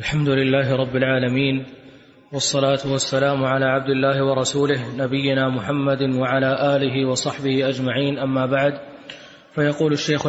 الحمد لله رب العالمين، والصلاة والسلام على عبد الله ورسوله نبينا محمد وعلى آله وصحبه أجمعين، أما بعد. فيقول الشيخ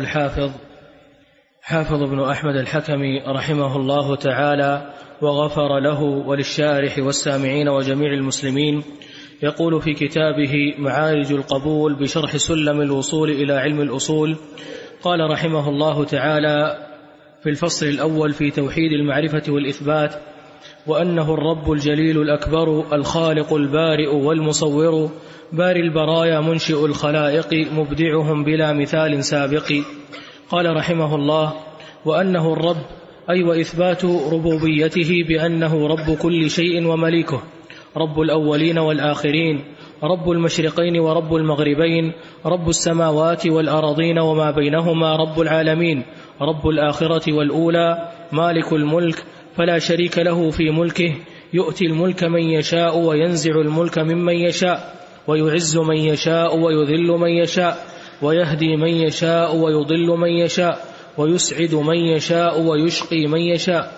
حافظ بن أحمد الحكمي رحمه الله تعالى وغفر له وللشارح والسامعين وجميع المسلمين، يقول في كتابه معارج القبول بشرح سلم الوصول إلى علم الأصول، قال رحمه الله تعالى في الفصل الأول في توحيد المعرفة والإثبات: وأنه الرب الجليل الأكبر الخالق البارئ والمصور، باري البرايا منشئ الخلائق، مبدعهم بلا مثال سابق. قال رحمه الله: وأنه الرب أي وإثبات ربوبيته بأنه رب كل شيء ومليكه، رب الأولين والآخرين، رب المشرقين ورب المغربين، رب السماوات والأرضين وما بينهما، رب العالمين، رب الآخرة والأولى، مالك الملك فلا شريك له في ملكه، يؤتي الملك من يشاء وينزع الملك ممن يشاء، ويعز من يشاء ويذل من يشاء، ويهدي من يشاء ويضل من يشاء، ويسعد من يشاء ويشقي من يشاء،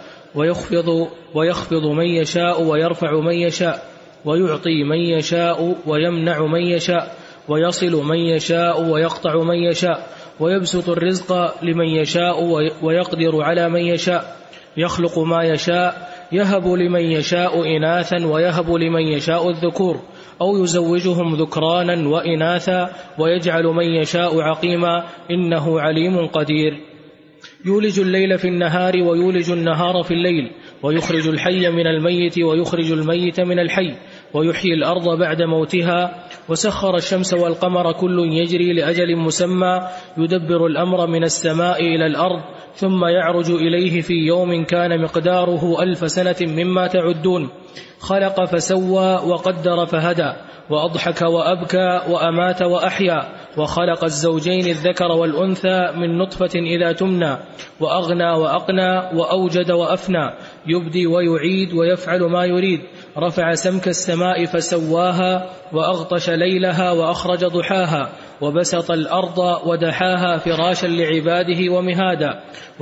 ويخفض من يشاء ويرفع من يشاء، ويعطي من يشاء ويمنع من يشاء، ويصل من يشاء ويقطع من يشاء، ويبسط الرزق لمن يشاء ويقدر على من يشاء، يخلق ما يشاء، يهب لمن يشاء إناثا ويهب لمن يشاء الذكور، أو يزوجهم ذكرانا وإناثا، ويجعل من يشاء عقيما، إنه عليم قدير. يولج الليل في النهار ويولج النهار في الليل، ويخرج الحي من الميت ويخرج الميت من الحي، ويحيي الأرض بعد موتها، وسخر الشمس والقمر كل يجري لأجل مسمى، يدبر الأمر من السماء إلى الأرض، ثم يعرج إليه في يوم كان مقداره 1000 سنة مما تعدون. خلق فسوى وقدر فهدى، وأضحك وأبكى وأمات وأحيا، وخلق الزوجين الذكر والأنثى من نطفة إذا تمنى، وأغنى وأقنى وأوجد وأفنى، يبدي ويعيد ويفعل ما يريد. رفع سمك السماء فسواها، وأغطش ليلها وأخرج ضحاها، وبسط الأرض ودحاها فراشا لعباده ومهادا،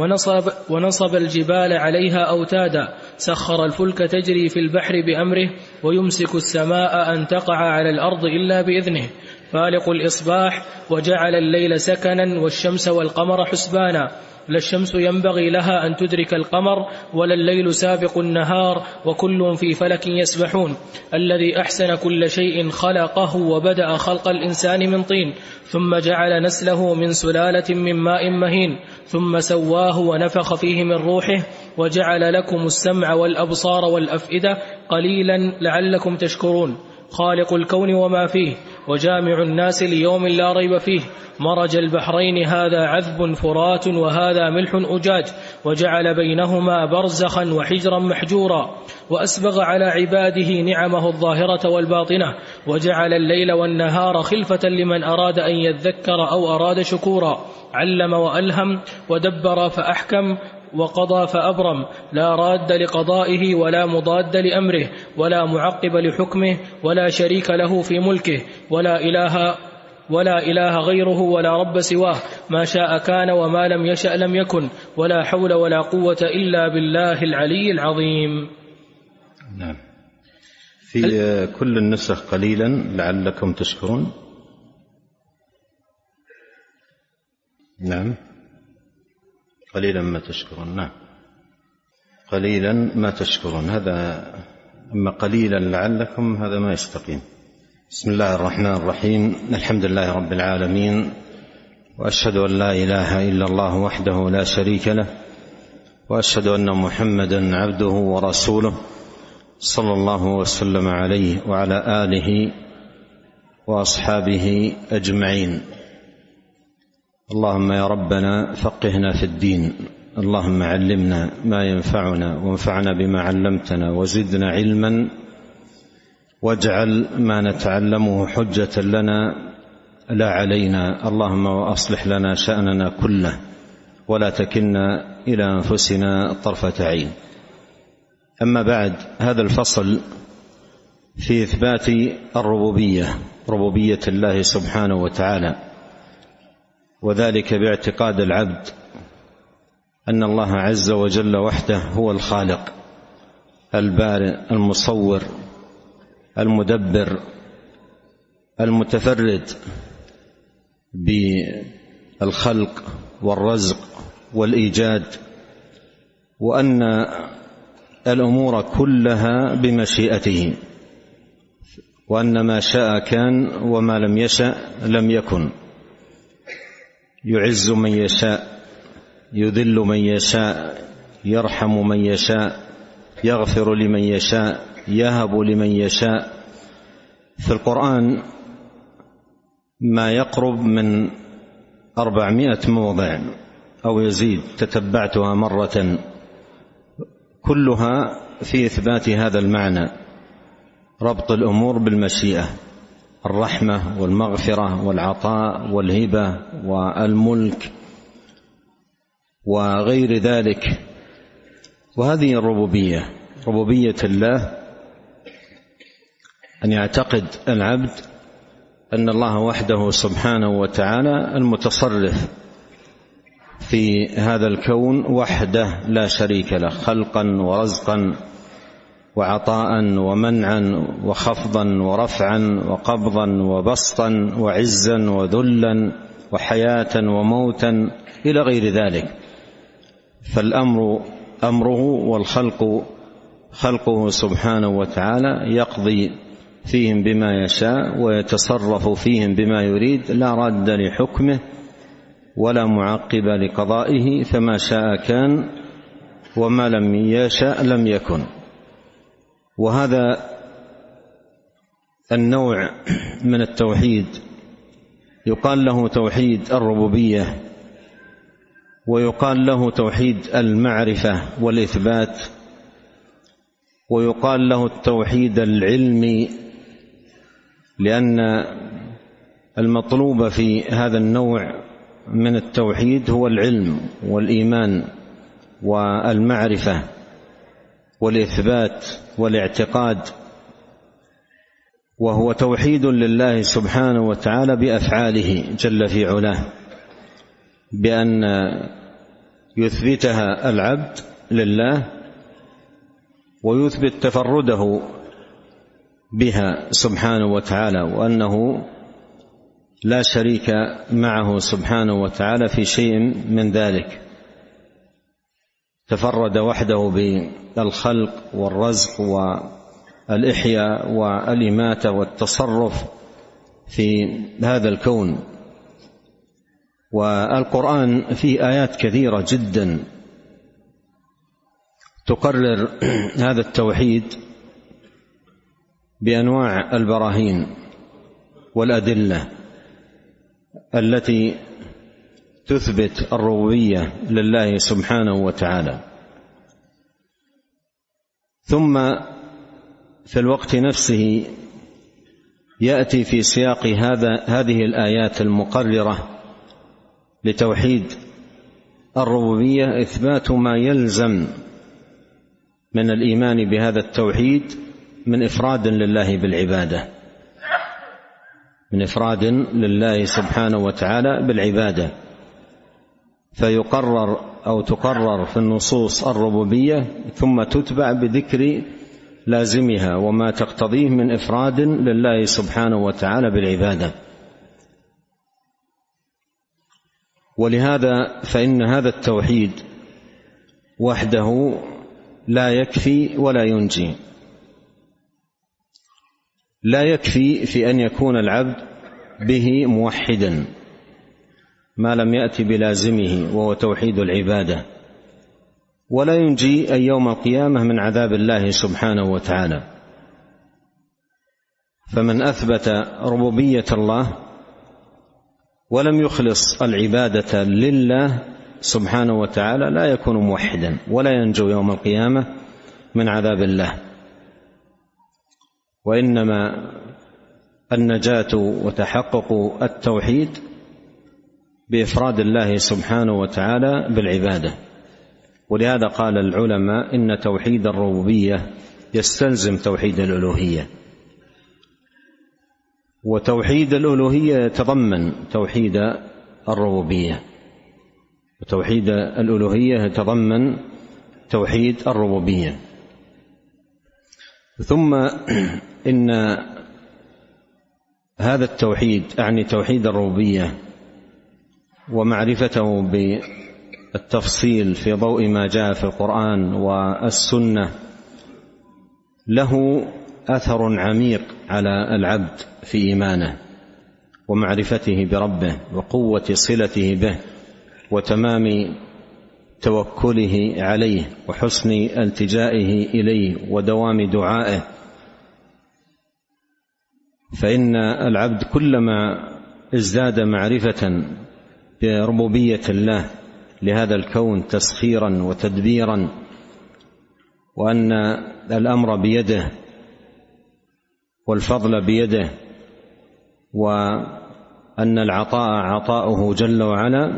ونصب الجبال عليها أوتادا، سخر الفلك تجري في البحر بأمره، ويمسك السماء أن تقع على الأرض إلا بإذنه، فالق الإصباح، وجعل الليل سكنا والشمس والقمر حسبانا، لا الشمس ينبغي لها أن تدرك القمر، ولا الليل سابق النهار، وكل في فلك يسبحون. الذي أحسن كل شيء خلقه، وبدأ خلق الإنسان من طين، ثم جعل نسله من سلالة من ماء مهين، ثم سواه ونفخ فيه من روحه، وجعل لكم السمع والأبصار والأفئدة، قليلا لعلكم تشكرون. خالق الكون وما فيه، وجامع الناس ليوم لا ريب فيه، مرج البحرين هذا عذب فرات وهذا ملح أجاج، وجعل بينهما برزخا وحجرا محجورا، وأسبغ على عباده نعمه الظاهرة والباطنة، وجعل الليل والنهار خلفة لمن أراد أن يذكر أو أراد شكورا، علم وألهم ودبر فأحكم وقضى فأبرم، لا راد لقضائه ولا مضاد لأمره، ولا معقب لحكمه، ولا شريك له في ملكه، ولا إله غيره، ولا رب سواه، ما شاء كان وما لم يشأ لم يكن، ولا حول ولا قوة إلا بالله العلي العظيم. نعم. في كل النسخ قليلا لعلكم تشكرون. نعم، قليلا ما تشكرون. نعم، قليلا ما تشكرون، هذا. أما قليلا لعلكم هذا ما يستقيم. بسم الله الرحمن الرحيم. الحمد لله رب العالمين، وأشهد أن لا إله إلا الله وحده لا شريك له، وأشهد أن محمدا عبده ورسوله، صلى الله وسلم عليه وعلى آله وأصحابه أجمعين. اللهم يا ربنا فقهنا في الدين، اللهم علمنا ما ينفعنا، وانفعنا بما علمتنا، وزدنا علما، واجعل ما نتعلمه حجة لنا لا علينا. اللهم وأصلح لنا شأننا كله، ولا تكلنا إلى أنفسنا طرفة عين. أما بعد، هذا الفصل في إثبات الربوبية، ربوبية الله سبحانه وتعالى، وذلك باعتقاد العبد أن الله عز وجل وحده هو الخالق البارئ المصور المدبر المتفرد بالخلق والرزق والإيجاد، وأن الأمور كلها بمشيئته، وأن ما شاء كان وما لم يشأ لم يكن، يعز من يشاء، يذل من يشاء، يرحم من يشاء، يغفر لمن يشاء، يهب لمن يشاء. في القرآن ما يقرب من 400 موضع أو يزيد، تتبعتها مرة، كلها في إثبات هذا المعنى، ربط الأمور بالمشيئة، الرحمة والمغفرة والعطاء والهبة والملك وغير ذلك. وهذه الربوبية، ربوبية الله، أن يعتقد العبد أن الله وحده سبحانه وتعالى المتصرف في هذا الكون وحده لا شريك له، خلقا ورزقا وعطاء ومنعا وخفضا ورفعا وقبضا وبسطا وعزا وذلا وحياة وموتا إلى غير ذلك. فالأمر أمره والخلق خلقه سبحانه وتعالى، يقضي فيهم بما يشاء ويتصرف فيهم بما يريد، لا راد لحكمه ولا معقب لقضائه، فما شاء كان وما لم يشاء لم يكن. وهذا النوع من التوحيد يقال له توحيد الربوبية، ويقال له توحيد المعرفة والإثبات، ويقال له التوحيد العلمي، لأن المطلوب في هذا النوع من التوحيد هو العلم والإيمان والمعرفة والإثبات والاعتقاد، وهو توحيد لله سبحانه وتعالى بأفعاله جل في علاه، بأن يثبتها العبد لله ويثبت تفرده بها سبحانه وتعالى، وأنه لا شريك معه سبحانه وتعالى في شيء من ذلك. تفرد وحده بالخلق والرزق والإحياء والإماتة والتصرف في هذا الكون. والقرآن فيه آيات كثيرة جدا تقرر هذا التوحيد بأنواع البراهين والأدلة التي تثبت الربوبية لله سبحانه وتعالى. ثم في الوقت نفسه يأتي في سياق هذه الآيات المقررة لتوحيد الربوبية إثبات ما يلزم من الإيمان بهذا التوحيد من إفراد لله بالعبادة، من إفراد لله سبحانه وتعالى بالعبادة. فيقرر أو تقرر في النصوص الربوبية، ثم تتبع بذكر لازمها وما تقتضيه من إفراد لله سبحانه وتعالى بالعبادة. ولهذا فإن هذا التوحيد وحده لا يكفي ولا ينجي. لا يكفي في أن يكون العبد به موحدا ما لم يأتي بلازمه وهو توحيد العبادة، ولا ينجي أي يوم القيامة من عذاب الله سبحانه وتعالى. فمن أثبت ربوبية الله ولم يخلص العبادة لله سبحانه وتعالى لا يكون موحدا ولا ينجو يوم القيامة من عذاب الله. وإنما النجاة وتحقق التوحيد بإفراد الله سبحانه وتعالى بالعبادة. ولهذا قال العلماء إن توحيد الربوبية يستلزم توحيد الألوهية، وتوحيد الألوهية يتضمن توحيد الربوبية، وتوحيد الألوهية يتضمن توحيد الربوبية. ثم إن هذا التوحيد أعني توحيد الربوبية ومعرفته بالتفصيل في ضوء ما جاء في القرآن والسنة له أثر عميق على العبد في إيمانه ومعرفته بربه وقوة صلته به وتمام توكله عليه وحسن التجائه إليه ودوام دعائه. فإن العبد كلما ازداد معرفة بربوبية الله لهذا الكون تسخيرا وتدبيرا، وأن الأمر بيده والفضل بيده، وأن العطاء عطاؤه جل وعلا،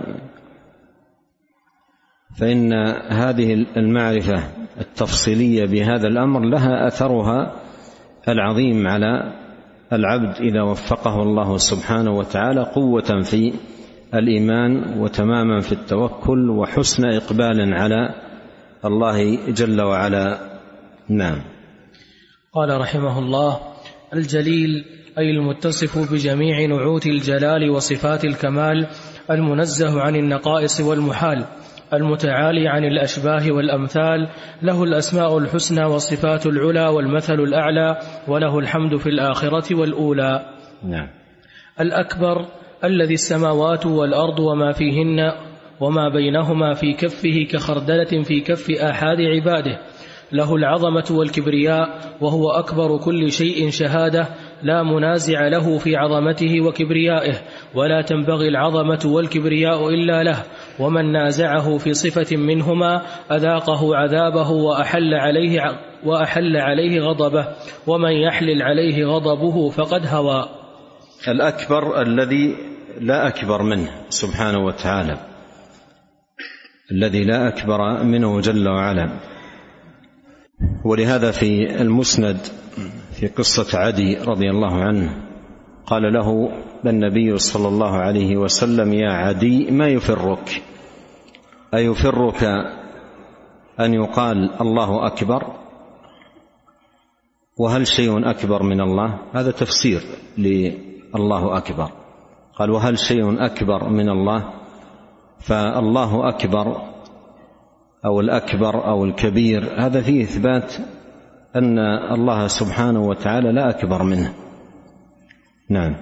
فإن هذه المعرفة التفصيلية بهذا الأمر لها أثرها العظيم على العبد إذا وفقه الله سبحانه وتعالى قوة في الإيمان وتماما في التوكل وحسن إقبال على الله جل وعلا. نعم. قال رحمه الله: الجليل أي المتصف بجميع نعوت الجلال وصفات الكمال، المنزه عن النقائص والمحال، المتعالي عن الأشباه والأمثال، له الأسماء الحسنى والصفات العلى والمثل الأعلى، وله الحمد في الآخرة والأولى. نعم. الأكبر الذي السماوات والأرض وما فيهن وما بينهما في كفه كخردلة في كف آحاد عباده، له العظمة والكبرياء، وهو أكبر كل شيء شهادة، لا منازع له في عظمته وكبريائه، ولا تنبغي العظمة والكبرياء إلا له، ومن نازعه في صفة منهما أذاقه عذابه وأحل عليه غضبه، ومن يحلل عليه غضبه فقد هوى. الأكبر الذي لا أكبر منه سبحانه وتعالى، الذي لا أكبر منه جل وعلا. ولهذا في المسند في قصة عدي رضي الله عنه قال له النبي صلى الله عليه وسلم: يا عدي ما يفرك؟ أيفرك أن يقال الله أكبر؟ وهل شيء أكبر من الله؟ هذا تفسير لله أكبر. قال: وهل شيء أكبر من الله؟ فالله أكبر أو الأكبر أو الكبير هذا فيه إثبات أن الله سبحانه وتعالى لا أكبر منه. نعم.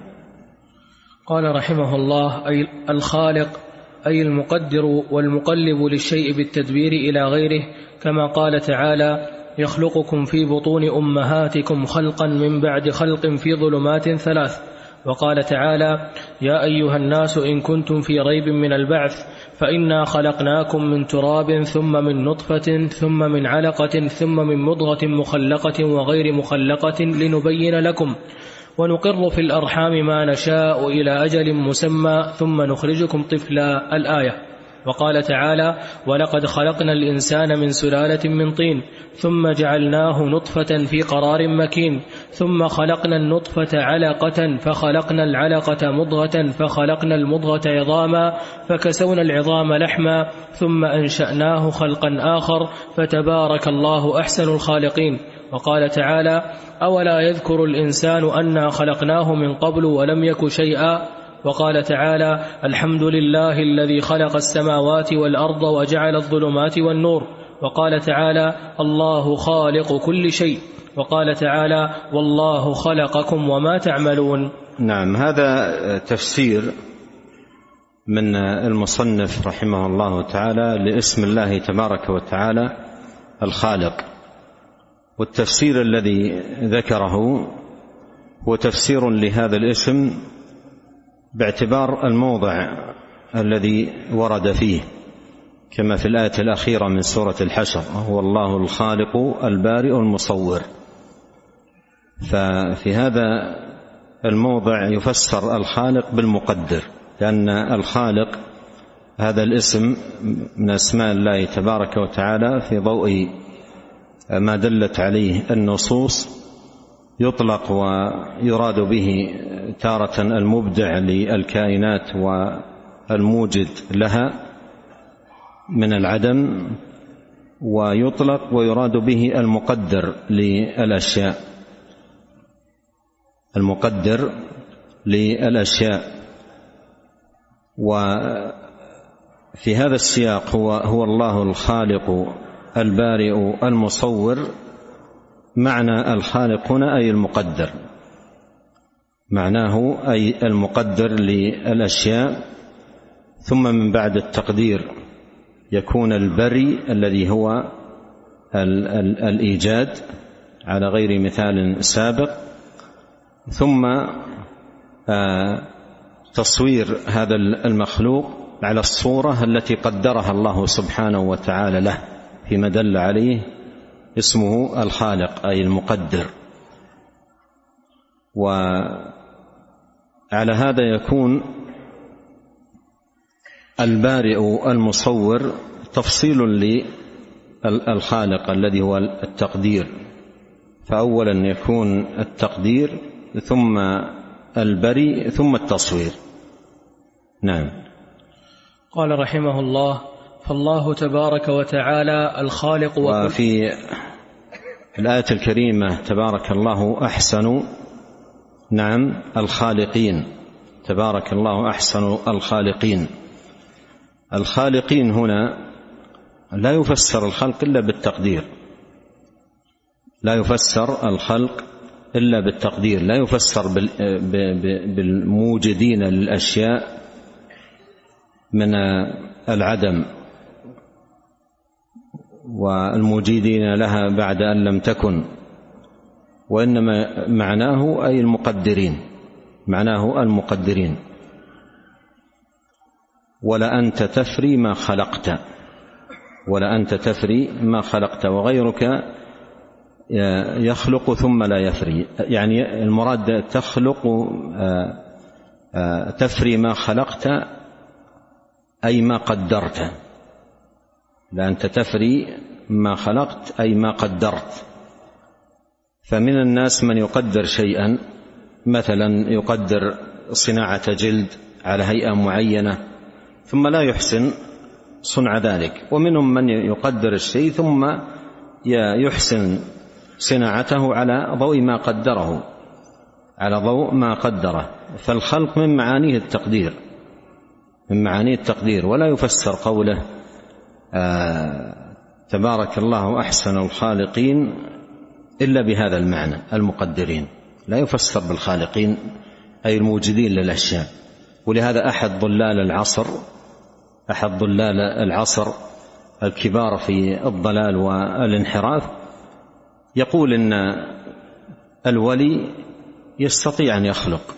قال رحمه الله: أي الخالق أي المقدر والمقلب للشيء بالتدبير إلى غيره، كما قال تعالى: يخلقكم في بطون أمهاتكم خلقا من بعد خلق في ظلمات 3. وقال تعالى: يا أيها الناس إن كنتم في ريب من البعث فإنا خلقناكم من تراب ثم من نطفة ثم من علقة ثم من مضغة مخلقة وغير مخلقة لنبين لكم، ونقر في الأرحام ما نشاء إلى أجل مسمى ثم نخرجكم طفلا. الآية. وقال تعالى: ولقد خلقنا الإنسان من سلالة من طين ثم جعلناه نطفة في قرار مكين ثم خلقنا النطفة علقة فخلقنا العلقة مضغة فخلقنا المضغة عظاما فكسونا العظام لحما ثم أنشأناه خلقا آخر فتبارك الله أحسن الخالقين. وقال تعالى: أولا يذكر الإنسان أنا خلقناه من قبل ولم يك شيئا. وقال تعالى: الحمد لله الذي خلق السماوات والأرض وجعل الظلمات والنور. وقال تعالى: الله خالق كل شيء. وقال تعالى: والله خلقكم وما تعملون. نعم. هذا تفسير من المصنف رحمه الله تعالى لاسم الله تبارك وتعالى الخالق. والتفسير الذي ذكره هو تفسير لهذا الاسم باعتبار الموضع الذي ورد فيه، كما في الآية الأخيرة من سورة الحشر: هو الله الخالق البارئ المصور. ففي هذا الموضع يفسر الخالق بالمقدر، لأن الخالق هذا الاسم من أسماء الله تبارك وتعالى في ضوء ما دلت عليه النصوص، يطلق ويراد به تارة المبدع للكائنات والموجد لها من العدم، ويطلق ويراد به المقدر للأشياء، المقدر للأشياء. وفي هذا السياق هو الله الخالق البارئ المصور. معنى الخالق هنا أي المقدر، معناه أي المقدر للأشياء. ثم من بعد التقدير يكون البري الذي هو الإيجاد على غير مثال سابق، ثم تصوير هذا المخلوق على الصورة التي قدرها الله سبحانه وتعالى له، فيما دل عليه اسمه الخالق أي المقدر. وعلى هذا يكون البارئ المصور تفصيل للخالق الذي هو التقدير، فأولا يكون التقدير ثم البري ثم التصوير. نعم. قال رحمه الله: فالله تبارك وتعالى الخالق. وفي الآية الكريمة تبارك الله أحسن، نعم، الخالقين، تبارك الله أحسن الخالقين. الخالقين هنا لا يفسر الخلق إلا بالتقدير، لا يفسر الخلق إلا بالتقدير، لا يفسر بالموجدين للأشياء من العدم والموجدين لها بعد أن لم تكن، وإنما معناه أي المقدرين، معناه المقدرين. ولأنت تفري ما خلقت، ولأنت تفري ما خلقت، وغيرك يخلق ثم لا يفري. يعني المراد تخلق، تفري ما خلقت أي ما قدرت، لأنت تفري ما خلقت أي ما قدرت. فمن الناس من يقدر شيئا، مثلا يقدر صناعة جلد على هيئة معينة ثم لا يحسن صنع ذلك، ومنهم من يقدر الشيء ثم يحسن صناعته على ضوء ما قدره، على ضوء ما قدره. فالخلق من معانيه التقدير، من معانيه التقدير، ولا يفسر قوله تبارك الله أحسن الخالقين إلا بهذا المعنى، المقدرين. لا يفسر بالخالقين أي الموجدين للأشياء. ولهذا أحد ضلال العصر الكبار في الضلال والانحراف يقول إن الولي يستطيع أن يخلق،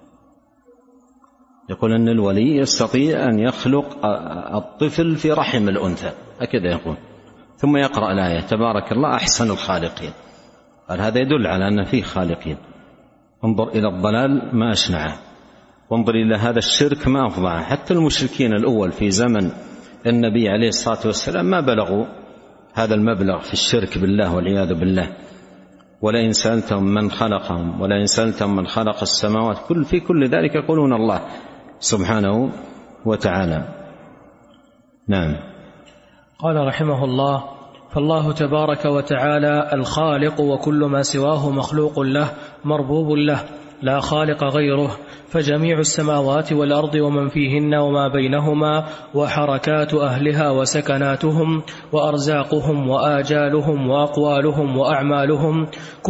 يقول أن الولي يستطيع أن يخلق الطفل في رحم الأنثى، هكذا يقول، ثم يقرأ الآية تبارك الله أحسن الخالقين. قال هذا يدل على أن فيه خالقين. انظر إلى الضلال ما أشنعه، وانظر إلى هذا الشرك ما أفضعه. حتى المشركين الأول في زمن النبي عليه الصلاة والسلام ما بلغوا هذا المبلغ في الشرك بالله والعياذ بالله. ولئن سألتم من خلقهم ولئن سألتم من خلق السماوات في كل ذلك يقولون الله سبحانه وتعالى. نعم. قال رحمه الله: فالله تبارك وتعالى الخالق، وكل ما سواه مخلوق له مربوب له، لا خالق غيره. فجميع السماوات والأرض ومن فيهن وما بينهما وحركات أهلها وسكناتهم وأرزاقهم وآجالهم وأقوالهم وأعمالهم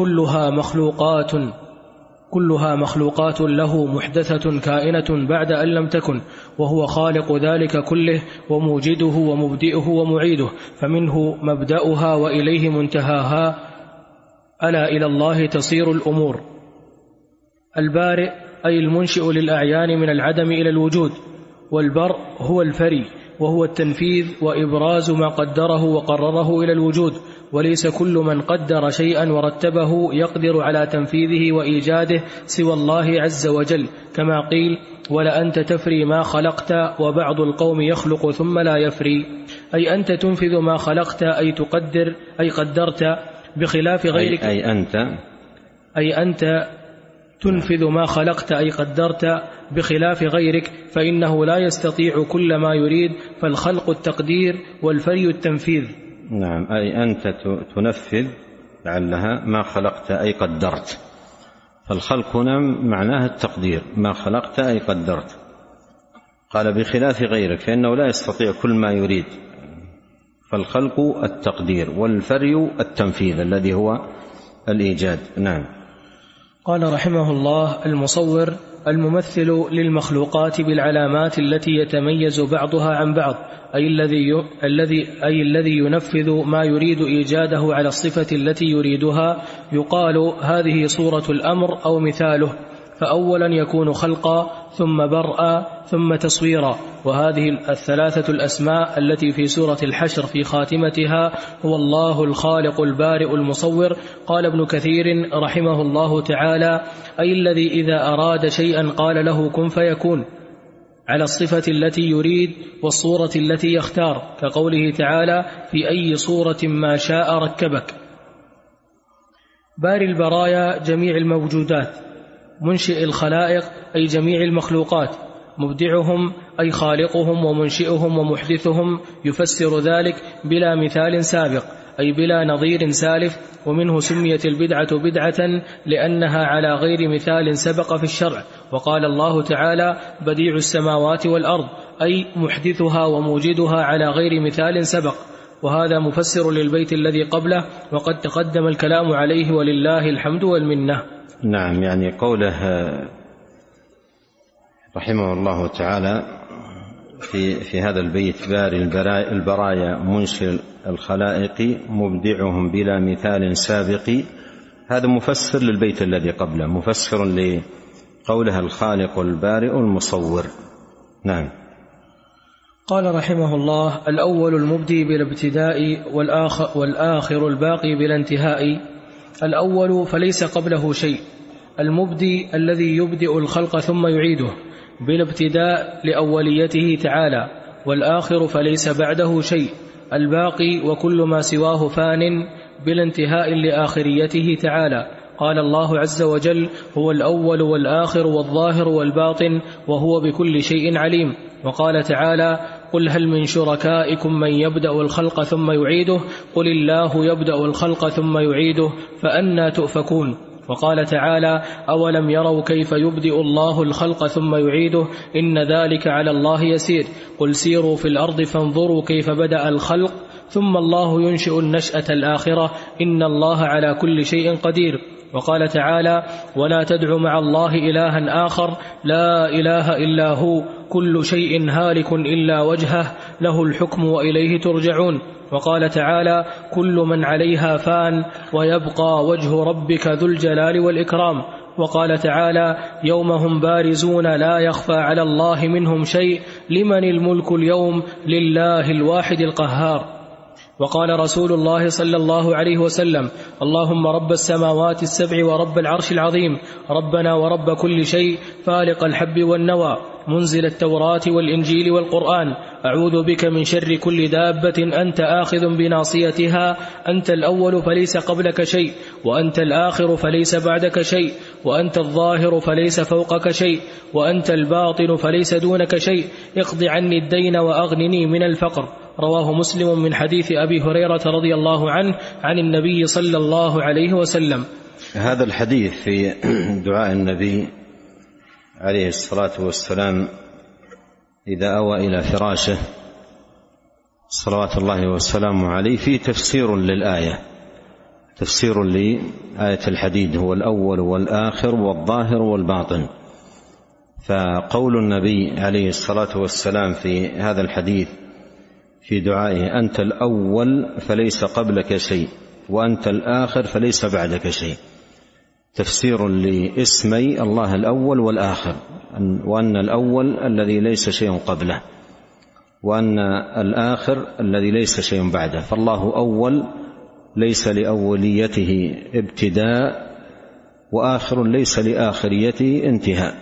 كلها مخلوقات له، محدثة كائنة بعد أن لم تكن، وهو خالق ذلك كله وموجده ومبدئه ومعيده، فمنه مبدأها وإليه منتهاها، ألا إلى الله تصير الأمور. البارئ أي المنشئ للأعيان من العدم إلى الوجود، والبرء هو الفري، وهو التنفيذ وإبراز ما قدره وقرره إلى الوجود. وليس كل من قدر شيئا ورتبه يقدر على تنفيذه وإيجاده سوى الله عز وجل، كما قيل: ولأنت تفري ما خلقت، وبعض القوم يخلق ثم لا يفري. أي أنت تنفذ ما خلقت، أي تقدر، أي قدرت، بخلاف غيرك. أي أنت تنفذ ما خلقت أي قدرت بخلاف غيرك، فإنه لا يستطيع كل ما يريد، فالخلق التقدير والفري التنفيذ. نعم، أي أنت تنفذ لعلها ما خلقت أي قدرت، فالخلق هنا معناها التقدير، ما خلقت أي قدرت. قال بخلاف غيرك فإنه لا يستطيع كل ما يريد، فالخلق التقدير والفري التنفيذ الذي هو الإيجاد. نعم. قال رحمه الله: المصور الممثل للمخلوقات بالعلامات التي يتميز بعضها عن بعض، أي الذي ينفذ ما يريد إيجاده على الصفة التي يريدها. يقال هذه صورة الأمر أو مثاله، فأولا يكون خلقا ثم برءا ثم تصويرا. وهذه الثلاثة الأسماء التي في سورة الحشر في خاتمتها هو الله الخالق البارئ المصور. قال ابن كثير رحمه الله تعالى: أي الذي إذا أراد شيئا قال له كن فيكون، على الصفة التي يريد والصورة التي يختار، كقوله تعالى: في أي صورة ما شاء ركبك. باري البرايا جميع الموجودات، منشئ الخلائق أي جميع المخلوقات، مبدعهم أي خالقهم ومنشئهم ومحدثهم، يفسر ذلك بلا مثال سابق أي بلا نظير سالف. ومنه سميت البدعة بدعة لأنها على غير مثال سبق في الشرع. وقال الله تعالى: بديع السماوات والأرض، أي محدثها وموجدها على غير مثال سبق. وهذا مفسر للبيت الذي قبله، وقد تقدم الكلام عليه ولله الحمد والمنة. نعم، يعني قوله رحمه الله تعالى في هذا البيت: باري البرايا منشئ الخلائق مبدعهم بلا مثال سابق، هذا مفسر للبيت الذي قبله، مفسر لقولها الخالق البارئ المصور. نعم. قال رحمه الله: الأول المبدي بلا ابتداء، والآخر الباقي بلا انتهاء. الأول فليس قبله شيء، المبدي الذي يبدئ الخلق ثم يعيده بلا ابتداء لأوليته تعالى، والآخر فليس بعده شيء، الباقي وكل ما سواه فان بلا انتهاء لآخريته تعالى. قال الله عز وجل: هو الأول والآخر والظاهر والباطن وهو بكل شيء عليم. وقال تعالى: قل هل من شركائكم من يبدأ الخلق ثم يعيده قل الله يبدأ الخلق ثم يعيده فأنى تؤفكون. وقال تعالى: أولم يروا كيف يبدئ الله الخلق ثم يعيده إن ذلك على الله يسير قل سيروا في الأرض فانظروا كيف بدأ الخلق ثم الله ينشئ النشأة الآخرة إن الله على كل شيء قدير. وقال تعالى: ولا تدع مع الله إلها آخر لا إله إلا هو كل شيء هالك إلا وجهه له الحكم وإليه ترجعون. وقال تعالى: كل من عليها فان ويبقى وجه ربك ذو الجلال والإكرام. وقال تعالى: يوم هم بارزون لا يخفى على الله منهم شيء لمن الملك اليوم لله الواحد القهار. وقال رسول الله صلى الله عليه وسلم: اللهم رب السماوات السبع ورب العرش العظيم، ربنا ورب كل شيء، فالق الحب والنوى، منزل التوراة والإنجيل والقرآن، أعوذ بك من شر كل دابة أنت آخذ بناصيتها، أنت الأول فليس قبلك شيء، وأنت الآخر فليس بعدك شيء، وأنت الظاهر فليس فوقك شيء، وأنت الباطن فليس دونك شيء، اقض عني الدين وأغنني من الفقر. رواه مسلم من حديث أبي هريرة رضي الله عنه عن النبي صلى الله عليه وسلم. هذا الحديث في دعاء النبي عليه الصلاة والسلام إذا أوى إلى فراشه صلوات الله وسلامه عليه فيه تفسير للآية، تفسير لآية الحديد: هو الأول والآخر والظاهر والباطن. فقول النبي عليه الصلاة والسلام في هذا الحديث في دعائه: أنت الأول فليس قبلك شيء وأنت الآخر فليس بعدك شيء، تفسير لاسمي الله الأول والآخر، وأن الأول الذي ليس شيء قبله، وأن الآخر الذي ليس شيء بعده. فالله أول ليس لأوليته ابتداء، وآخر ليس لآخريته انتهاء،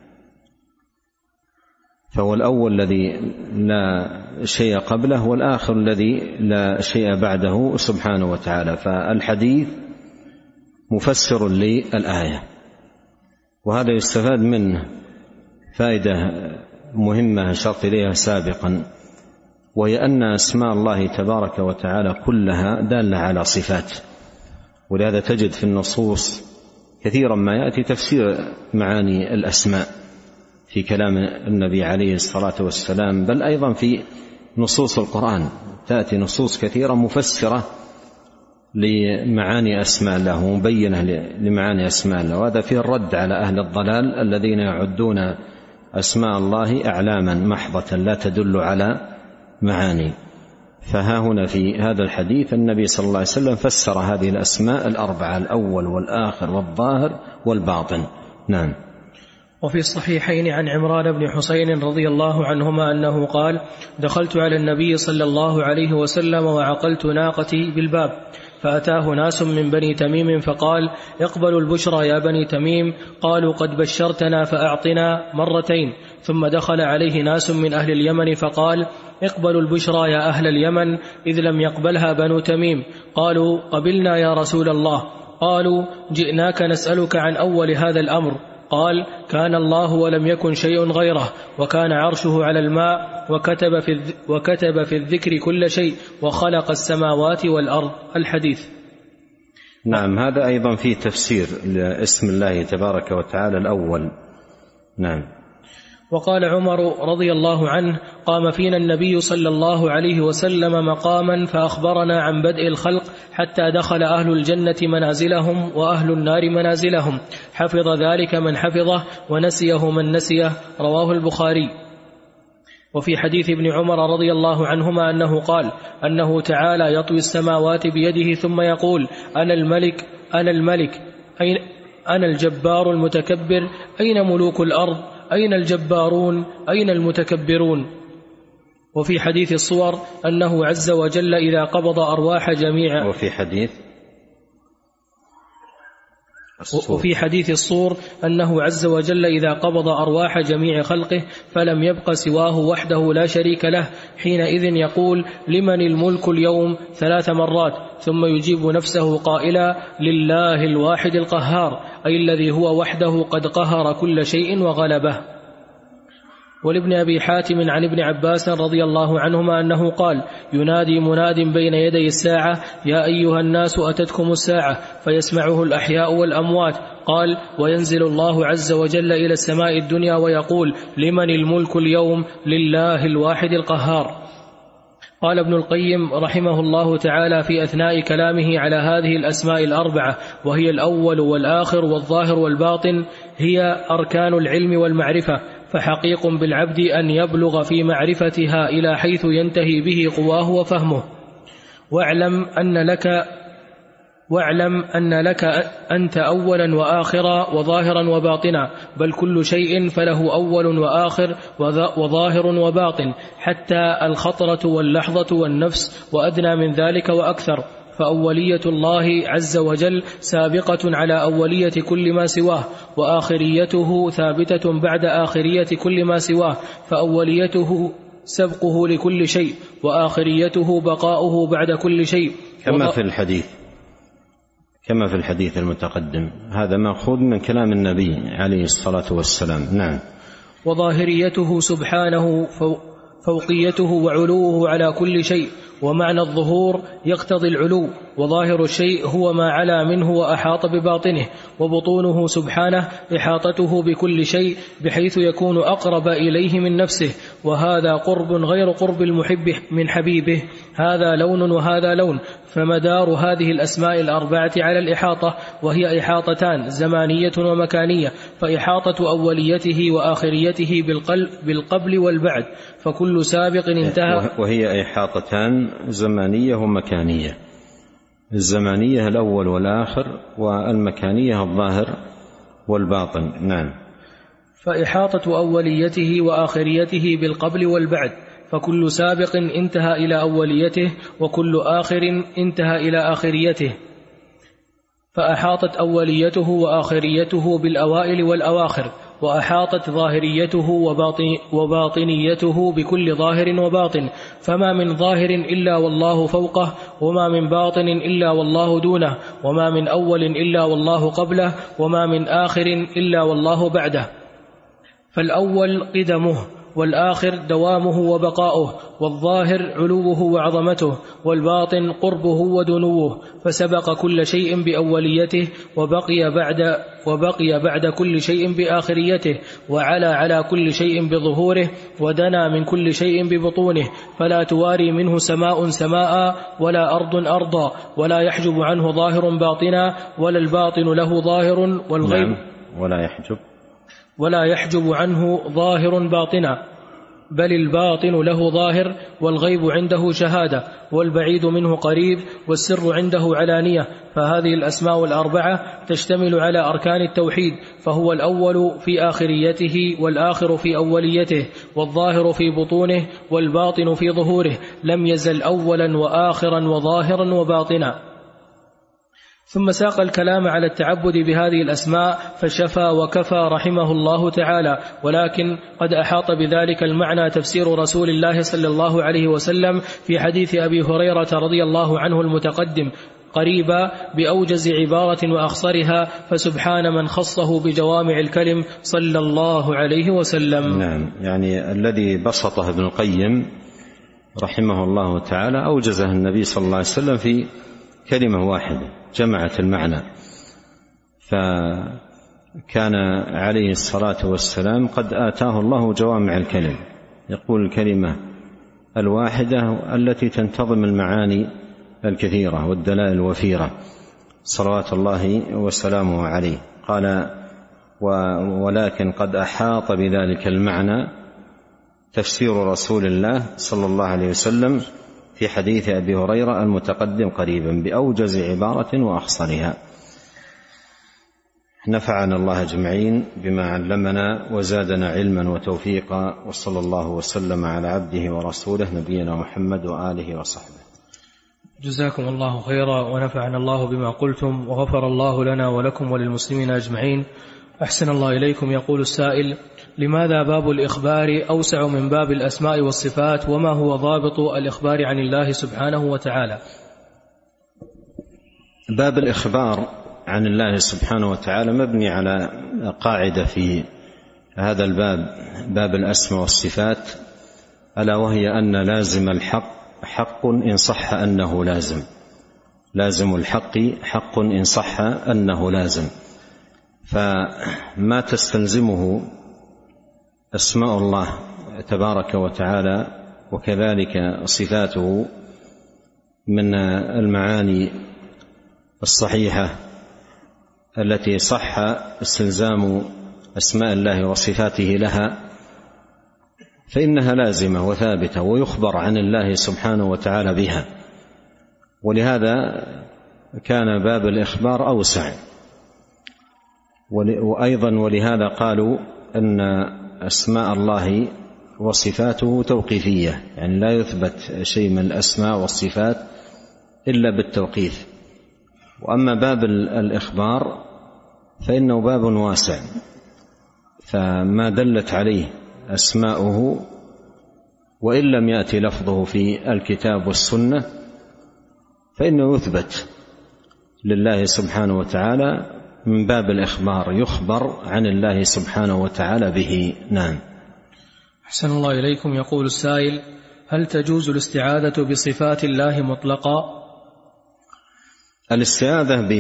فهو الأول الذي لا شيء قبله والآخر الذي لا شيء بعده سبحانه وتعالى. فالحديث مفسر للآية، وهذا يستفاد منه فائدة مهمة أشرت إليها سابقا، وهي أن أسماء الله تبارك وتعالى كلها دالة على صفات، ولهذا تجد في النصوص كثيرا ما يأتي تفسير معاني الأسماء في كلام النبي عليه الصلاة والسلام، بل أيضا في نصوص القرآن تأتي نصوص كثيرة مفسرة لمعاني أسماء الله ومبينة لمعاني أسماء الله، وهذا فيه الرد على أهل الضلال الذين يعدون أسماء الله أعلاما محضة لا تدل على معاني. فها هنا في هذا الحديث النبي صلى الله عليه وسلم فسر هذه الأسماء الأربعة: الأول والآخر والظاهر والباطن. نعم. وفي الصحيحين عن عمران بن حسين رضي الله عنهما أنه قال: دخلت على النبي صلى الله عليه وسلم وعقلت ناقتي بالباب، فأتاه ناس من بني تميم فقال: اقبلوا البشرى يا بني تميم. قالوا: قد بشرتنا فأعطنا مرتين. ثم دخل عليه ناس من أهل اليمن فقال: اقبلوا البشرى يا أهل اليمن، إذ لم يقبلها بنو تميم. قالوا: قبلنا يا رسول الله. قالوا: جئناك نسألك عن أول هذا الأمر. قال: كان الله ولم يكن شيء غيره، وكان عرشه على الماء، وكتب في الذكر كل شيء، وخلق السماوات والأرض. الحديث. نعم. هذا أيضا فيه تفسير لاسم الله تبارك وتعالى الأول. نعم. وقال عمر رضي الله عنه: قام فينا النبي صلى الله عليه وسلم مقاما فأخبرنا عن بدء الخلق حتى دخل أهل الجنة منازلهم وأهل النار منازلهم، حفظ ذلك من حفظه ونسيه من نسيه. رواه البخاري. وفي حديث ابن عمر رضي الله عنهما أنه قال: أنه تعالى يطوي السماوات بيده ثم يقول: أنا الملك أنا الملك، أنا الجبار المتكبر، أين ملوك الأرض؟ أين الجبارون؟ أين المتكبرون؟ وفي حديث الصور أنه عز وجل إذا قبض أرواح جميع وفي حديث الصور أنه عز وجل إذا قبض أرواح جميع خلقه فلم يبق سواه وحده لا شريك له، حينئذ يقول: لمن الملك اليوم 3 مرات، ثم يجيب نفسه قائلا: لله الواحد القهار، أي الذي هو وحده قد قهر كل شيء وغلبه. ولابن أبي حاتم عن ابن عباس رضي الله عنهما أنه قال: ينادي مناد بين يدي الساعة: يا أيها الناس أتتكم الساعة، فيسمعه الأحياء والأموات. قال: وينزل الله عز وجل إلى السماء الدنيا ويقول: لمن الملك اليوم؟ لله الواحد القهار. قال ابن القيم رحمه الله تعالى في أثناء كلامه على هذه الأسماء الأربعة، وهي الأول والآخر والظاهر والباطن، هي أركان العلم والمعرفة، فحقيق بالعبد أن يبلغ في معرفتها إلى حيث ينتهي به قواه وفهمه. واعلم أن لك أنت أولا وآخرا وظاهرا وباطنا، بل كل شيء فله أول وآخر وظاهر وباطن، حتى الخطرة واللحظة والنفس، وأدنى من ذلك وأكثر. فأولية الله عز وجل سابقة على أولية كل ما سواه، وآخريته ثابتة بعد آخرية كل ما سواه، فأوليته سبقه لكل شيء، وآخريته بقاؤه بعد كل شيء، كما في الحديث المتقدم. هذا مأخوذ من كلام النبي عليه الصلاة والسلام. نعم. وظاهريته سبحانه فوقيته وعلوه على كل شيء، ومعنى الظهور يقتضي العلو، وظاهر الشيء هو ما علا منه وأحاط بباطنه، وبطونه سبحانه إحاطته بكل شيء بحيث يكون أقرب إليه من نفسه، وهذا قرب غير قرب المحب من حبيبه، هذا لون وهذا لون. فمدار هذه الأسماء الأربعة على الإحاطة، وهي إحاطتان زمانية ومكانية، فإحاطة أوليته وآخريته بالقبل والبعد، فكل سابق انتهى. وهي إحاطتان زمانية ومكانية، الزمانية الأول والآخر، والمكانية الظاهر والباطن. نعم. فإحاطة أوليته وآخريته بالقبل والبعد، فكل سابق انتهى إلى أوليته، وكل آخر انتهى إلى آخريته. فأحاطت أوليته وآخريته بالأوائل والأواخر، وأحاطت ظاهريته وباطنيته بكل ظاهر وباطن، فما من ظاهر إلا والله فوقه، وما من باطن إلا والله دونه، وما من أول إلا والله قبله، وما من آخر إلا والله بعده. فالأول قدمه، والآخر دوامه وبقاؤه، والظاهر علوه وعظمته، والباطن قربه ودنوه، فسبق كل شيء بأوليته وبقي بعد كل شيء بآخريته، وعلى على كل شيء بظهوره، ودنا من كل شيء ببطونه، فلا تواري منه سماء سماء ولا أرض أرضا، ولا يحجب عنه ظاهر باطنا، ولا الباطن له ظاهر والغيب ولا يحجب عنه ظاهر باطنا، بل الباطن له ظاهر، والغيب عنده شهادة، والبعيد منه قريب، والسر عنده علانية. فهذه الأسماء الأربعة تشتمل على أركان التوحيد، فهو الأول في آخريته، والآخر في أوليته، والظاهر في بطونه، والباطن في ظهوره، لم يزل أولا وآخرا وظاهرا وباطنا. ثم ساق الكلام على التعبد بهذه الأسماء فشفى وكفى رحمه الله تعالى، ولكن قد أحاط بذلك المعنى تفسير رسول الله صلى الله عليه وسلم في حديث أبي هريرة رضي الله عنه المتقدم قريبا بأوجز عبارة وأخصرها، فسبحان من خصه بجوامع الكلم صلى الله عليه وسلم. نعم، يعني الذي بسطه ابن القيم رحمه الله تعالى أوجزه النبي صلى الله عليه وسلم في كلمة واحدة جمعت المعنى، فكان عليه الصلاة والسلام قد آتاه الله جوامع الكلم، يقول الكلمة الواحدة التي تنتظم المعاني الكثيرة والدلائل الوفيرة صلوات الله وسلامه عليه. قال ولكن قد أحاط بذلك المعنى تفسير رسول الله صلى الله عليه وسلم في حديث أبي هريرة المتقدم قريبا بأوجز عبارة وأخصرها. نفعنا الله أجمعين بما علمنا وزادنا علما وتوفيقا، وصلى الله وسلم على عبده ورسوله نبينا محمد وآله وصحبه. جزاكم الله خيرا، ونفعنا الله بما قلتم، وغفر الله لنا ولكم وللمسلمين أجمعين. أحسن الله إليكم. يقول السائل: لماذا باب الإخبار أوسع من باب الأسماء والصفات، وما هو ضابط الإخبار عن الله سبحانه وتعالى؟ باب الإخبار عن الله سبحانه وتعالى مبني على قاعدة في هذا الباب، باب الأسماء والصفات، ألا وهي أن لازم الحق حق إن صح أنه لازم، لازم الحق حق إن صح أنه لازم. فما تستلزمه أسماء الله تبارك وتعالى وكذلك صفاته من المعاني الصحيحة التي صح استلزام أسماء الله وصفاته لها، فإنها لازمة وثابتة ويخبر عن الله سبحانه وتعالى بها. ولهذا كان باب الإخبار أوسع. وأيضا ولهذا قالوا أن أسماء الله وصفاته توقيفية، يعني لا يثبت شيء من الأسماء والصفات إلا بالتوقيف. وأما باب الإخبار فإنه باب واسع، فما دلت عليه أسماؤه وإن لم يأتي لفظه في الكتاب والسنة فإنه يثبت لله سبحانه وتعالى من باب الإخبار، يخبر عن الله سبحانه وتعالى به. نعم. أحسن الله إليكم. يقول السائل: هل تجوز الاستعاذة بصفات الله مطلقا؟ الاستعاذة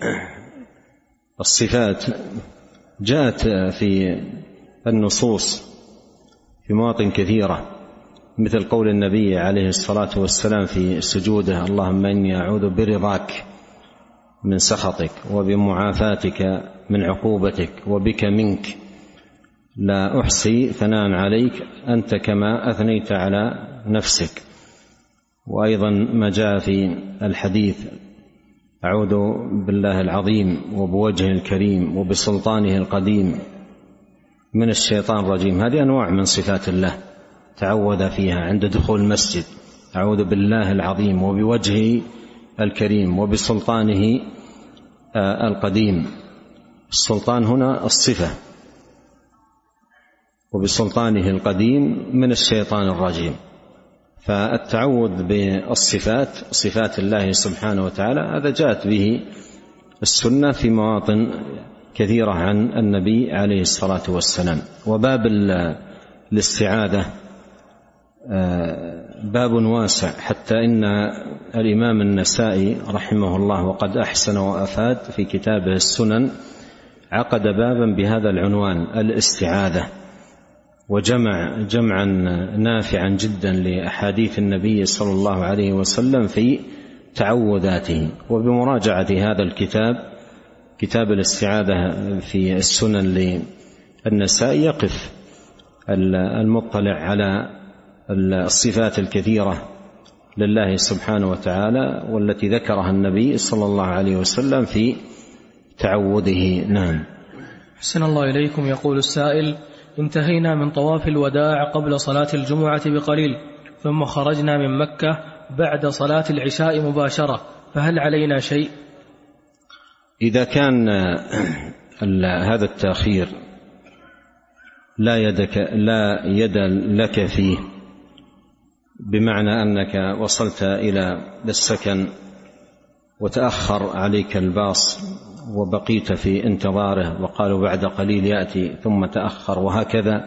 بالصفات جاءت في النصوص في مواطن كثيرة، مثل قول النبي عليه الصلاة والسلام في سجوده: اللهم إني أعوذ برضاك من سخطك، وبمعافاتك من عقوبتك، وبك منك، لا أحصي ثناء عليك أنت كما أثنيت على نفسك. وأيضا ما جاء في الحديث: أعوذ بالله العظيم وبوجهه الكريم وبسلطانه القديم من الشيطان الرجيم. هذه أنواع من صفات الله تعوذ فيها عند دخول المسجد: أعوذ بالله العظيم وبوجهه الكريم وبسلطانه القديم. السلطان هنا الصفة، وبسلطانه القديم من الشيطان الرجيم. فالتعوذ بالصفات، صفات الله سبحانه وتعالى، هذا جاءت به السنة في مواطن كثيرة عن النبي عليه الصلاة والسلام. وباب الاستعاذة باب واسع، حتى إن الإمام النسائي رحمه الله وقد أحسن وأفاد في كتابه السنن عقد بابا بهذا العنوان الاستعاذة، وجمع جمعا نافعا جدا لأحاديث النبي صلى الله عليه وسلم في تعوذاته. وبمراجعة هذا الكتاب كتاب الاستعاذة في السنن للنسائي يقف المطلع على الصفات الكثيرة لله سبحانه وتعالى والتي ذكرها النبي صلى الله عليه وسلم في تعوذه. نعم. أحسن الله إليكم. يقول السائل: انتهينا من طواف الوداع قبل صلاة الجمعة بقليل، ثم خرجنا من مكة بعد صلاة العشاء مباشرة، فهل علينا شيء؟ إذا كان هذا التأخير لا يد لك فيه، بمعنى أنك وصلت إلى السكن وتأخر عليك الباص وبقيت في انتظاره وقالوا بعد قليل يأتي ثم تأخر وهكذا،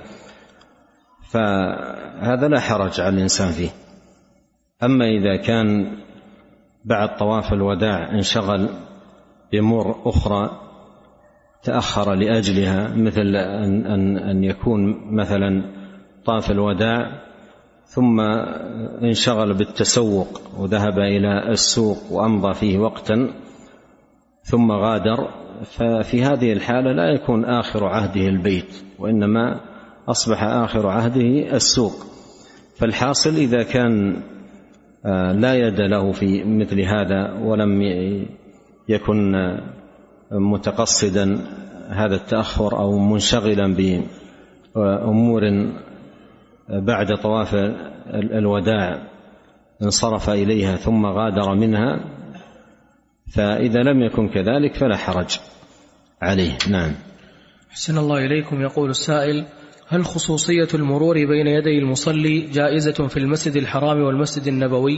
فهذا لا حرج على الإنسان فيه. أما إذا كان بعد طواف الوداع انشغل بأمور أخرى تأخر لأجلها، مثل أن يكون مثلا طاف الوداع ثم انشغل بالتسوق وذهب إلى السوق وأمضى فيه وقتا ثم غادر، ففي هذه الحالة لا يكون آخر عهده البيت، وإنما أصبح آخر عهده السوق. فالحاصل إذا كان لا يد له في مثل هذا ولم يكن متقصدا هذا التأخر أو منشغلا بأمور بعد طواف الوداع انصرف إليها ثم غادر منها، فإذا لم يكن كذلك فلا حرج عليه. نعم. أحسن الله إليكم. يقول السائل: هل خصوصية المرور بين يدي المصلي جائزة في المسجد الحرام والمسجد النبوي؟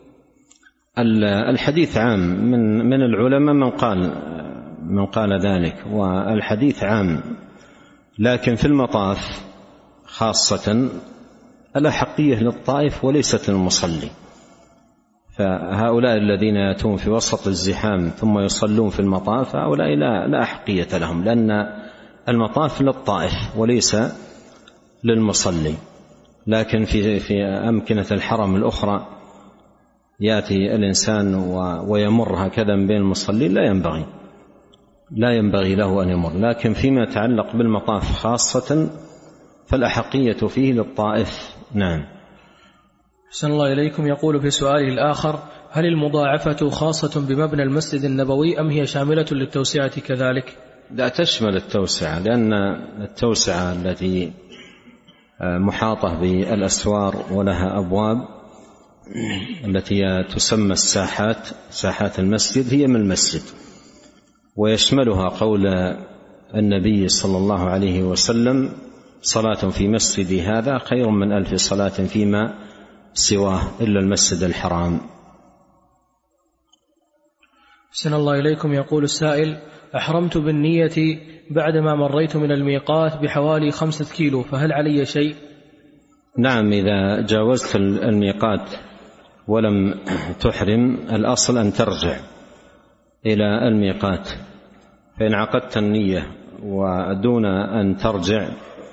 الحديث عام من العلماء من قال ذلك، والحديث عام، لكن في المطاف خاصة الأحقية للطائف وليست للمصلي، فهؤلاء الذين يأتون في وسط الزحام ثم يصلون في المطاف هؤلاء لا أحقية لهم، لأن المطاف للطائف وليس للمصلي. لكن في أمكنة الحرم الأخرى يأتي الإنسان ويمر هكذا بين المصلين، لا ينبغي له أن يمر. لكن فيما يتعلق بالمطاف خاصة فالأحقية فيه للطائف. نعم. أحسن الله إليكم. يقول في سؤاله الآخر: هل المضاعفة خاصة بمبنى المسجد النبوي أم هي شاملة للتوسعة كذلك؟ لا، تشمل التوسعة، لأن التوسعة التي محاطة بالأسوار ولها أبواب التي تسمى ساحات المسجد هي من المسجد، ويشملها قول النبي صلى الله عليه وسلم: صلاة في مسجدي هذا خير من 1000 صلاة فيما سواه إلا المسجد الحرام. أحسن الله إليكم. يقول السائل: أحرمت بالنية بعدما مريت من الميقات بحوالي 5 كيلو، فهل علي شيء؟ نعم، إذا جاوزت الميقات ولم تحرم الأصل أن ترجع إلى الميقات، فإن عقدت النية ودون أن ترجع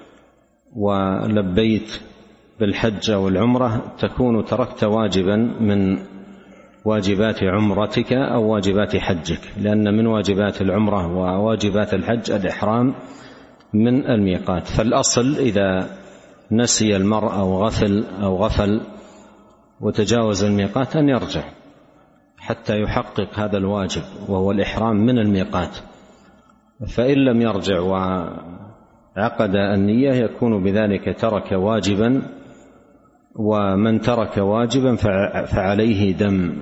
ولبيت بالحج أو العمرة تكون تركت واجبا من واجبات عمرتك أو واجبات حجك، لأن من واجبات العمرة وواجبات الحج الإحرام من الميقات. فالأصل إذا نسي المرء أو غفل وتجاوز الميقات أن يرجع حتى يحقق هذا الواجب وهو الإحرام من الميقات، فإن لم يرجع وعقد النية يكون بذلك ترك واجبا، ومن ترك واجبا فعليه دم،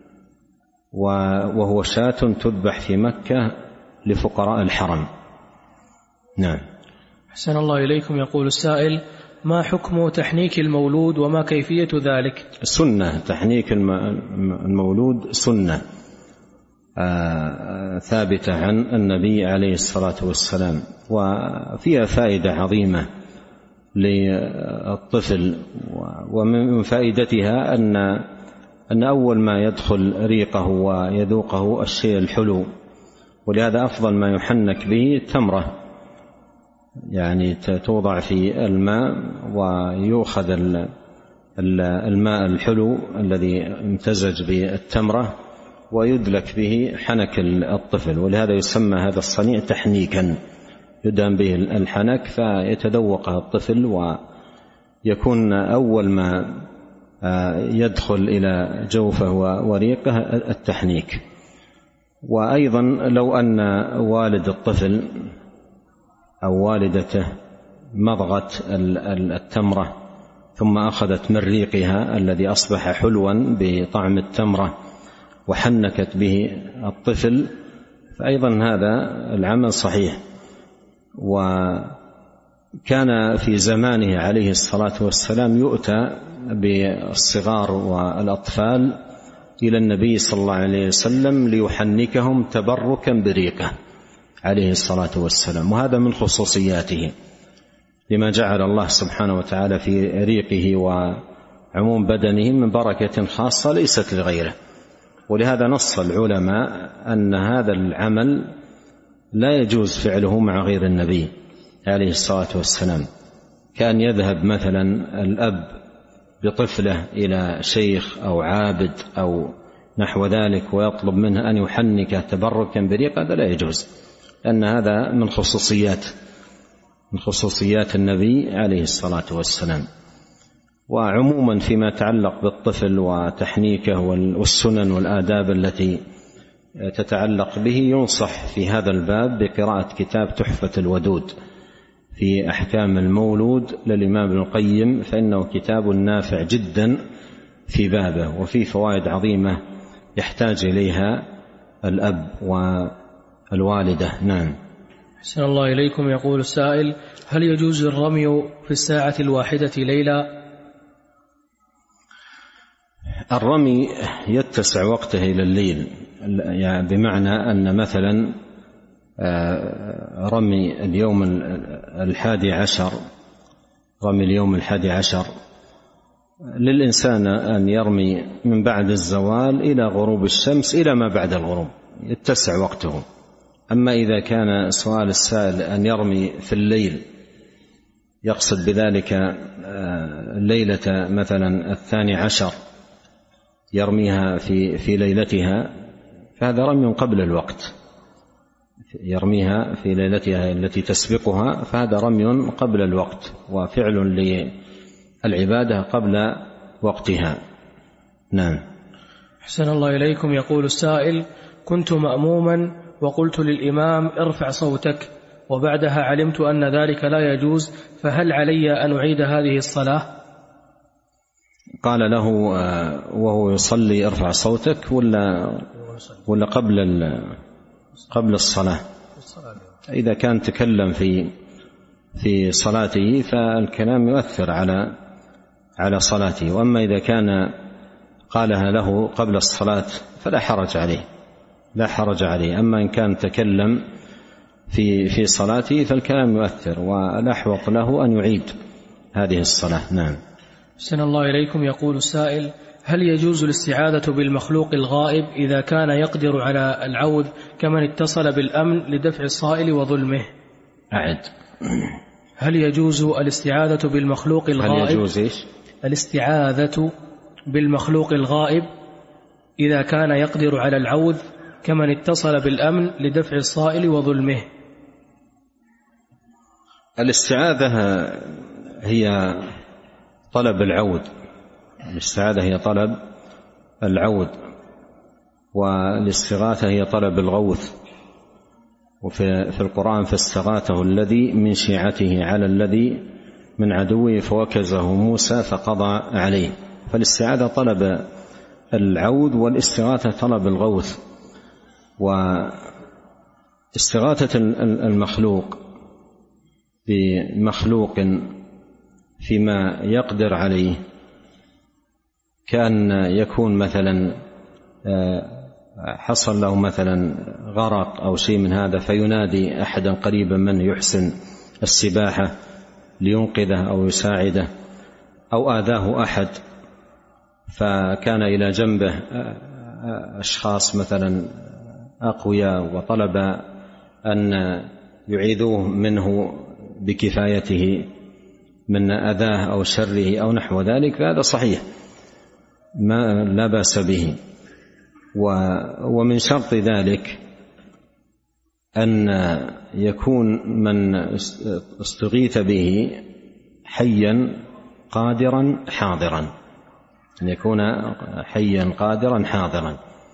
وهو شاة تذبح في مكة لفقراء الحرم. نعم. أحسن الله إليكم. يقول السائل: ما حكم تحنيك المولود وما كيفية ذلك؟ سنة، تحنيك المولود سنة ثابتة عن النبي عليه الصلاة والسلام، وفيها فائدة عظيمة للطفل. ومن فائدتها أن أول ما يدخل ريقه ويذوقه الشيء الحلو، ولهذا أفضل ما يحنك به التمرة، يعني توضع في الماء ويؤخذ الماء الحلو الذي امتزج بالتمرة ويدلك به حنك الطفل، ولهذا يسمى هذا الصنيع تحنيكا، يدهن به الحنك فيتذوقها الطفل ويكون أول ما يدخل إلى جوفه وريقه التحنيك. وأيضا لو أن والد الطفل أو والدته مضغت التمرة ثم أخذت من ريقها الذي أصبح حلوا بطعم التمرة وحنكت به الطفل، فأيضا هذا العمل صحيح. وكان في زمانه عليه الصلاة والسلام يؤتى بالصغار والأطفال إلى النبي صلى الله عليه وسلم ليحنكهم تبركا بريقه عليه الصلاة والسلام، وهذا من خصوصياته لما جعل الله سبحانه وتعالى في ريقه وعموم بدنه من بركة خاصة ليست لغيره. ولهذا نص العلماء أن هذا العمل لا يجوز فعله مع غير النبي عليه الصلاة والسلام، كان يذهب مثلا الأب بطفله إلى شيخ أو عابد أو نحو ذلك ويطلب منه أن يحنك تبركا بريق، هذا لا يجوز، لأن هذا من خصوصيات النبي عليه الصلاة والسلام. وعموما فيما يتعلق بالطفل وتحنيكه والسنن والآداب التي تتعلق به ينصح في هذا الباب بقراءة كتاب تحفة الودود في أحكام المولود للإمام ابن القيم، فإنه كتاب نافع جدا في بابه وفيه فوائد عظيمة يحتاج إليها الأب والوالدة. نعم. أحسن الله إليكم. يقول السائل: هل يجوز الرمي في الساعة الواحدة ليلا؟ الرمي يتسع وقته إلى الليل، يعني بمعنى أن مثلا رمي اليوم 11 رمي اليوم 11 للإنسان أن يرمي من بعد الزوال إلى غروب الشمس إلى ما بعد الغروب، يتسع وقته. أما إذا كان سؤال السائل أن يرمي في الليل يقصد بذلك ليلة مثلا 12 يرميها في ليلتها، فهذا رمي قبل الوقت، يرميها في ليلتها التي تسبقها، فهذا رمي قبل الوقت وفعل للعبادة قبل وقتها. نعم. أحسن الله إليكم. يقول السائل: كنت مأموما وقلت للإمام ارفع صوتك، وبعدها علمت أن ذلك لا يجوز، فهل علي أن أعيد هذه الصلاة؟ قال له وهو يصلي ارفع صوتك ولا قبل الصلاة؟ إذا كان تكلم في صلاته فالكلام يؤثر على صلاته، وأما إذا كان قالها له قبل الصلاة فلا حرج عليه. أما إن كان تكلم في صلاته فالكلام يؤثر، والأحوط له أن يعيد هذه الصلاة. نعم. أحسن الله إليكم. يقول السائل: هل يجوز الاستعاذة بالمخلوق الغائب إذا كان يقدر على العوذ كمن اتصل بالأمن لدفع الصائل وظلمه؟ أعد. هل يجوز الاستعاذة بالمخلوق الغائب؟ هل يجوز إيش؟ الاستعاذة بالمخلوق الغائب إذا كان يقدر على العوذ كمن اتصل بالأمن لدفع الصائل وظلمه. الاستعاذة هي طلب العوذ، الاستعاذة هي طلب العوذ، والاستغاثة هي طلب الغوث. وفي القرآن: فاستغاثه الذي من شيعته على الذي من عدوه فوكزه موسى فقضى عليه. فالاستعاذة طلب العوذ، والاستغاثة طلب الغوث. واستغاثة المخلوق بمخلوق فيما يقدر عليه، كان يكون مثلا حصل له مثلا غرق أو شيء من هذا، فينادي أحدا قريبا من يحسن السباحة لينقذه أو يساعده، أو آذاه أحد فكان إلى جنبه أشخاص مثلا أقوياء وطلب أن يعيذوه منه بكفايته من أذاه أو شره أو نحو ذلك، فهذا صحيح ما لا بأس به. ومن شرط ذلك أن يكون من استغيث به حيا قادرا حاضرا، أن يكون حيا قادرا حاضرا.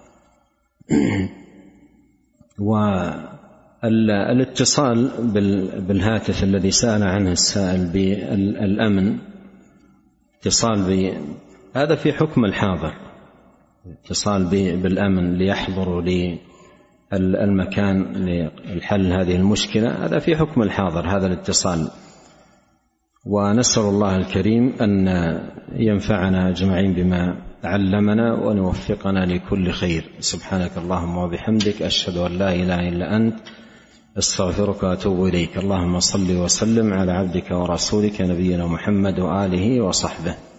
والاتصال بالهاتف الذي سأل عنه السائل بالأمن، اتصال هذا في حكم الحاضر، اتصال بالأمن ليحضروا للمكان للحل هذه المشكلة، هذا في حكم الحاضر هذا الاتصال. ونسأل الله الكريم أن ينفعنا أجمعين بما علمنا وأن يوفقنا لكل خير. سبحانك اللهم وبحمدك، أشهد أن لا إله إلا أنت، أستغفرك وأتوب إليك. اللهم صل وسلم على عبدك ورسولك نبينا محمد وآله وصحبه.